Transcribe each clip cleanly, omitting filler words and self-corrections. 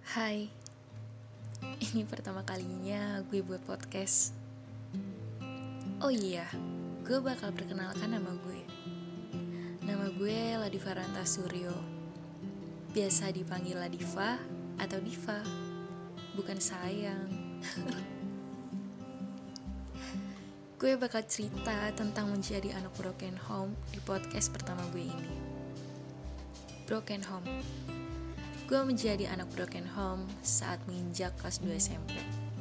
Hai, ini pertama kalinya gue buat podcast. Oh iya, gue bakal perkenalkan nama gue. Nama gue Ladiva Rantasuryo. Biasa dipanggil Ladiva atau Diva, bukan sayang. Gue bakal cerita tentang menjadi anak broken home di podcast pertama gue ini. Broken home. Gue menjadi anak broken home saat menginjak kelas 2 SMP.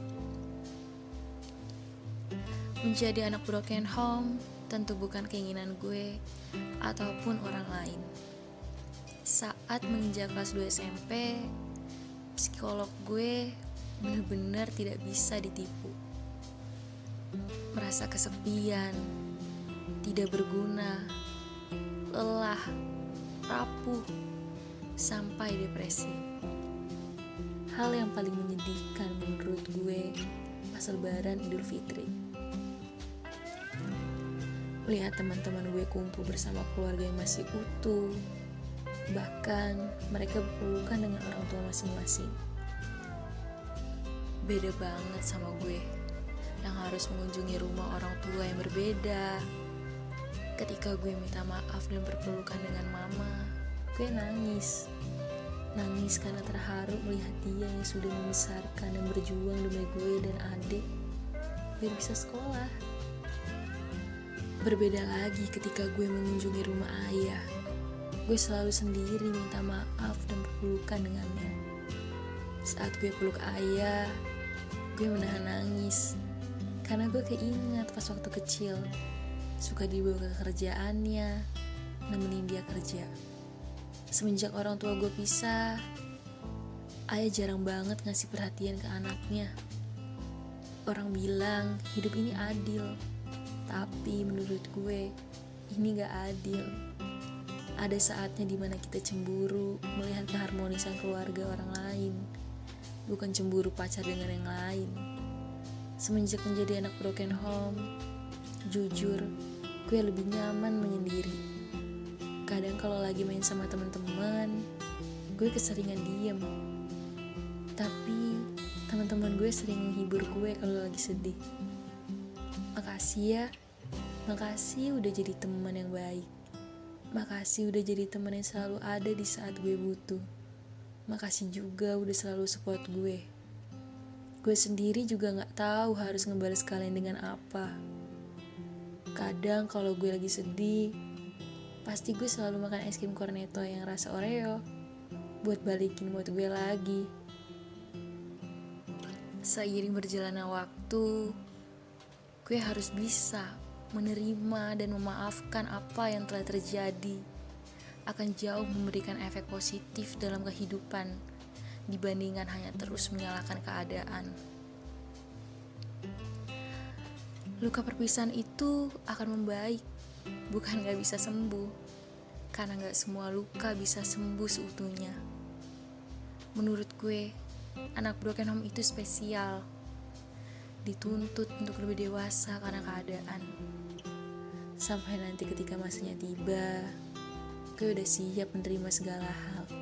Menjadi anak broken home tentu bukan keinginan gue ataupun orang lain. Saat menginjak kelas 2 SMP, psikolog gue benar-benar tidak bisa ditipu. Merasa kesepian, tidak berguna, lelah, rapuh, sampai depresi. Hal yang paling menyedihkan menurut gue pas lebaran Idul Fitri. Melihat teman-teman gue kumpul bersama keluarga yang masih utuh, bahkan mereka berpelukan dengan orang tua masing-masing. Beda banget sama gue yang harus mengunjungi rumah orang tua yang berbeda. Ketika gue minta maaf dan berpelukan dengan mama, gue nangis karena terharu melihat dia yang sudah membesarkan dan berjuang demi gue dan adik biar bisa sekolah. Berbeda lagi ketika gue mengunjungi rumah ayah. Gue selalu sendiri minta maaf dan berpelukan dengannya. Saat gue peluk ayah, gue menahan nangis karena gue keingat pas waktu kecil suka dibawa ke kerjaannya, nemenin dia kerja. Semenjak orang tua gue pisah, ayah jarang banget ngasih perhatian ke anaknya. Orang bilang hidup ini adil, tapi menurut gue ini gak adil. Ada saatnya dimana kita cemburu melihat keharmonisan keluarga orang lain, bukan cemburu pacar dengan yang lain. Semenjak menjadi anak broken home, jujur gue lebih nyaman menyendiri. Kadang kalau lagi main sama teman-teman, gue keseringan diem. Tapi teman-teman gue sering menghibur gue kalau lagi sedih. Makasih ya, makasih udah jadi teman yang baik. Makasih udah jadi teman yang selalu ada di saat gue butuh. Makasih juga udah selalu support gue. Gue sendiri juga gak tahu harus ngebales kalian dengan apa. Kadang kalau gue lagi sedih, pasti gue selalu makan es krim cornetto yang rasa Oreo buat balikin mood gue lagi. Seiring berjalannya waktu, gue harus bisa menerima dan memaafkan apa yang telah terjadi. Akan jauh memberikan efek positif dalam kehidupan dibandingkan hanya terus menyalahkan keadaan. Luka perpisahan itu akan membaik, bukan gak bisa sembuh, karena gak semua luka bisa sembuh seutuhnya. Menurut gue, anak broken home itu spesial, dituntut untuk lebih dewasa karena keadaan. Sampai nanti ketika masanya tiba, gue udah siap menerima segala hal.